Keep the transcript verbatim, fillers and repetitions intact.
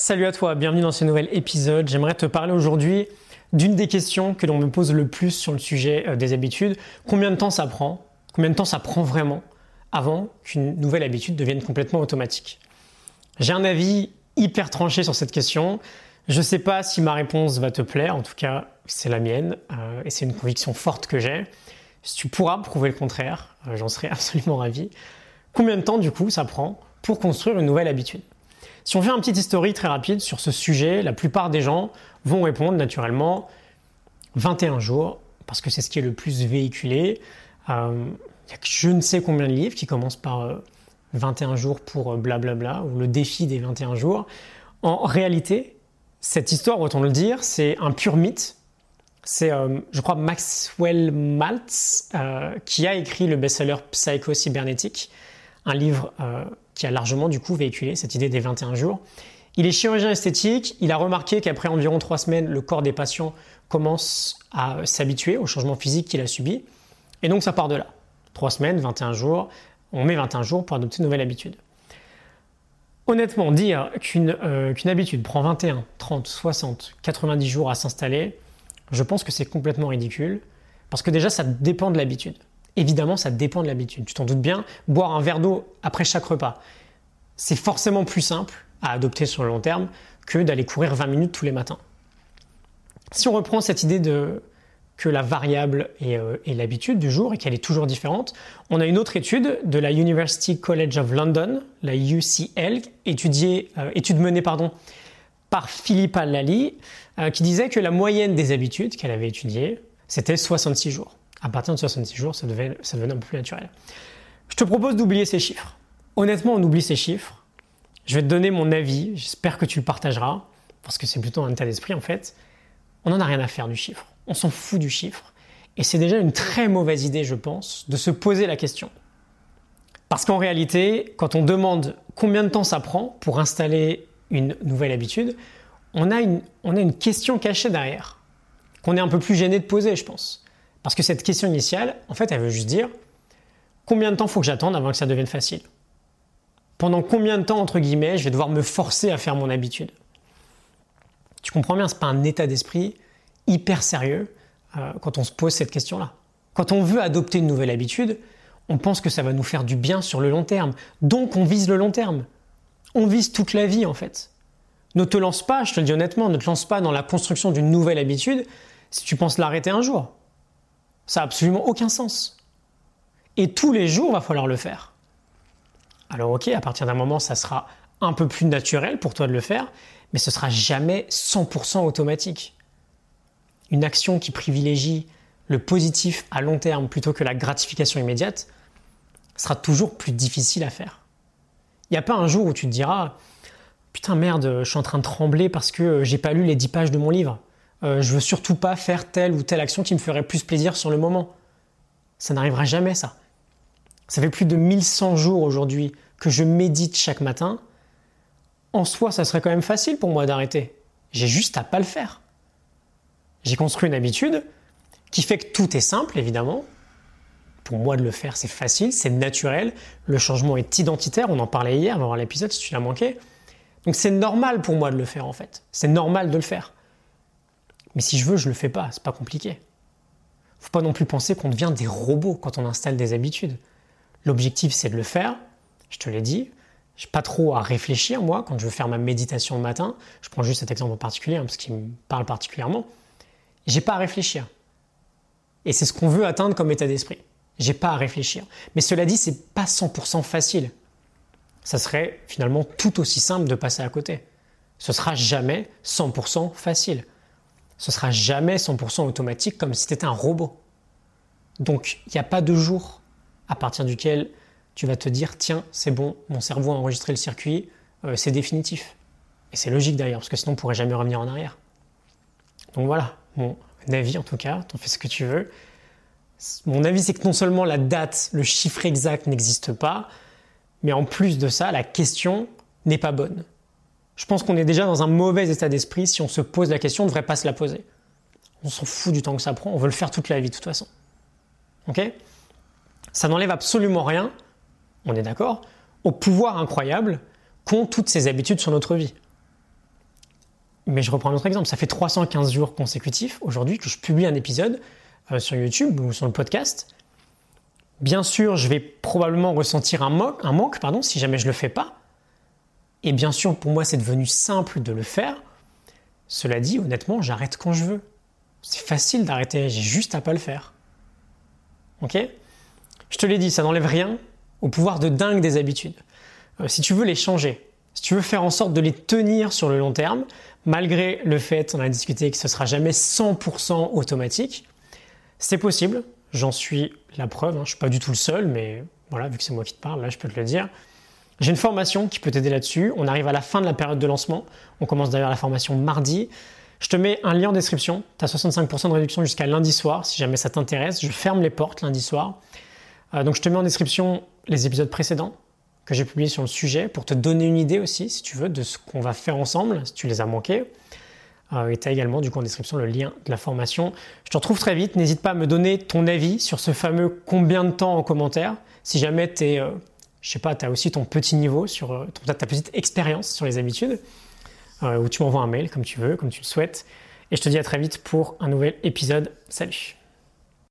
Salut à toi, bienvenue dans ce nouvel épisode. J'aimerais te parler aujourd'hui d'une des questions que l'on me pose le plus sur le sujet des habitudes. Combien de temps ça prend? Combien de temps ça prend vraiment avant qu'une nouvelle habitude devienne complètement automatique? J'ai un avis hyper tranché sur cette question. Je ne sais pas si ma réponse va te plaire, en tout cas c'est la mienne euh, et c'est une conviction forte que j'ai. Si tu pourras prouver le contraire, euh, j'en serais absolument ravi. Combien de temps du coup ça prend pour construire une nouvelle habitude? Si on fait un petit historique très rapide sur ce sujet, la plupart des gens vont répondre naturellement vingt et un jours, parce que c'est ce qui est le plus véhiculé. Euh, il y a je ne sais combien de livres qui commencent par euh, vingt et un jours pour euh, blablabla, ou le défi des vingt et un jours. En réalité, cette histoire, autant le dire, c'est un pur mythe. C'est, euh, je crois, Maxwell Maltz euh, qui a écrit le best-seller Psycho-Cybernétique, un livre euh, qui a largement du coup véhiculé cette idée des vingt et un jours. Il est chirurgien esthétique, il a remarqué qu'après environ trois semaines, le corps des patients commence à s'habituer au changement physique qu'il a subi. Et donc ça part de là. trois semaines, vingt et un jours, on met vingt et un jours pour adopter une nouvelle habitude. Honnêtement, dire qu'une, euh, qu'une habitude prend vingt et un, trente, soixante, quatre-vingt-dix jours à s'installer, je pense que c'est complètement ridicule, parce que déjà ça dépend de l'habitude. Évidemment, ça dépend de l'habitude. Tu t'en doutes bien, boire un verre d'eau après chaque repas, c'est forcément plus simple à adopter sur le long terme que d'aller courir vingt minutes tous les matins. Si on reprend cette idée de, que la variable est, euh, est l'habitude du jour et qu'elle est toujours différente, on a une autre étude de la University College of London, la U C L, étudiée, euh, étude menée pardon, par Philippa Lally, euh, qui disait que la moyenne des habitudes qu'elle avait étudiées, c'était soixante-six jours. À partir de soixante-six jours, ça devenait, ça devenait un peu plus naturel. Je te propose d'oublier ces chiffres. Honnêtement, on oublie ces chiffres. Je vais te donner mon avis, j'espère que tu le partageras, parce que c'est plutôt un état d'esprit en fait. On n'en a rien à faire du chiffre, on s'en fout du chiffre. Et c'est déjà une très mauvaise idée, je pense, de se poser la question. Parce qu'en réalité, quand on demande combien de temps ça prend pour installer une nouvelle habitude, on a une, on a une question cachée derrière, qu'on est un peu plus gêné de poser, je pense. Parce que cette question initiale, en fait, elle veut juste dire combien de temps il faut que j'attende avant que ça devienne facile? Pendant combien de temps, entre guillemets, je vais devoir me forcer à faire mon habitude? Tu comprends bien, ce n'est pas un état d'esprit hyper sérieux euh, quand on se pose cette question-là. Quand on veut adopter une nouvelle habitude, on pense que ça va nous faire du bien sur le long terme. Donc, on vise le long terme. On vise toute la vie, en fait. Ne te lance pas, je te le dis honnêtement, ne te lance pas dans la construction d'une nouvelle habitude si tu penses l'arrêter un jour. Ça n'a absolument aucun sens. Et tous les jours, il va falloir le faire. Alors ok, à partir d'un moment, ça sera un peu plus naturel pour toi de le faire, mais ce ne sera jamais cent pour cent automatique. Une action qui privilégie le positif à long terme plutôt que la gratification immédiate sera toujours plus difficile à faire. Il n'y a pas un jour où tu te diras « Putain merde, je suis en train de trembler parce que j'ai pas lu les dix pages de mon livre. Euh, je veux surtout pas faire telle ou telle action qui me ferait plus plaisir sur le moment. » Ça n'arrivera jamais, ça. Ça fait plus de mille cent jours aujourd'hui que je médite chaque matin. En soi, ça serait quand même facile pour moi d'arrêter. J'ai juste à pas le faire. J'ai construit une habitude qui fait que tout est simple, évidemment. Pour moi de le faire, c'est facile, c'est naturel. Le changement est identitaire, on en parlait hier, on va voir l'épisode si tu l'as manqué. Donc c'est normal pour moi de le faire en fait. C'est normal de le faire. Mais si je veux, je le fais pas, c'est pas compliqué. Faut pas non plus penser qu'on devient des robots quand on installe des habitudes. L'objectif, c'est de le faire. Je te l'ai dit. Je n'ai pas trop à réfléchir, moi, quand je veux faire ma méditation le matin. Je prends juste cet exemple en particulier, hein, parce qu'il me parle particulièrement. J'ai pas à réfléchir. Et c'est ce qu'on veut atteindre comme état d'esprit. J'ai pas à réfléchir. Mais cela dit, c'est pas cent pour cent facile. Ça serait finalement tout aussi simple de passer à côté. Ce sera jamais cent pour cent facile. Ce sera jamais cent pour cent automatique comme si tu étais un robot. Donc, il n'y a pas de jour à partir duquel tu vas te dire « Tiens, c'est bon, mon cerveau a enregistré le circuit, euh, c'est définitif. » Et c'est logique d'ailleurs, parce que sinon on ne pourrait jamais revenir en arrière. Donc voilà, mon avis en tout cas, t'en fais ce que tu veux. Mon avis, c'est que non seulement la date, le chiffre exact n'existe pas, mais en plus de ça, la question n'est pas bonne. Je pense qu'on est déjà dans un mauvais état d'esprit si on se pose la question, on ne devrait pas se la poser. On s'en fout du temps que ça prend, on veut le faire toute la vie de toute façon. Ok ? Ça n'enlève absolument rien, on est d'accord, au pouvoir incroyable qu'ont toutes ces habitudes sur notre vie. Mais je reprends un autre exemple. Ça fait trois cent quinze jours consécutifs aujourd'hui que je publie un épisode euh, sur YouTube ou sur le podcast. Bien sûr, je vais probablement ressentir un, mo- un manque pardon, si jamais je ne le fais pas. Et bien sûr, pour moi, c'est devenu simple de le faire. Cela dit, honnêtement, j'arrête quand je veux. C'est facile d'arrêter, j'ai juste à pas le faire. Ok ? Je te l'ai dit, ça n'enlève rien au pouvoir de dingue des habitudes. Euh, si tu veux les changer, si tu veux faire en sorte de les tenir sur le long terme, malgré le fait, on a discuté que ce ne sera jamais cent pour cent automatique, c'est possible, j'en suis la preuve, hein, je ne suis pas du tout le seul, mais voilà, vu que c'est moi qui te parle, là je peux te le dire. J'ai une formation qui peut t'aider là-dessus, on arrive à la fin de la période de lancement, on commence d'ailleurs la formation mardi. Je te mets un lien en description, tu as soixante-cinq pour cent de réduction jusqu'à lundi soir, si jamais ça t'intéresse, je ferme les portes lundi soir. Euh, donc je te mets en description les épisodes précédents que j'ai publiés sur le sujet pour te donner une idée aussi, si tu veux, de ce qu'on va faire ensemble, si tu les as manqués. Euh, et tu as également du coup en description le lien de la formation. Je te retrouve très vite, n'hésite pas à me donner ton avis sur ce fameux combien de temps en commentaire. Si jamais tu es, euh, je sais pas, tu as aussi ton petit niveau, sur euh, ta petite expérience sur les habitudes, euh, ou tu m'envoies un mail comme tu veux, comme tu le souhaites. Et je te dis à très vite pour un nouvel épisode. Salut!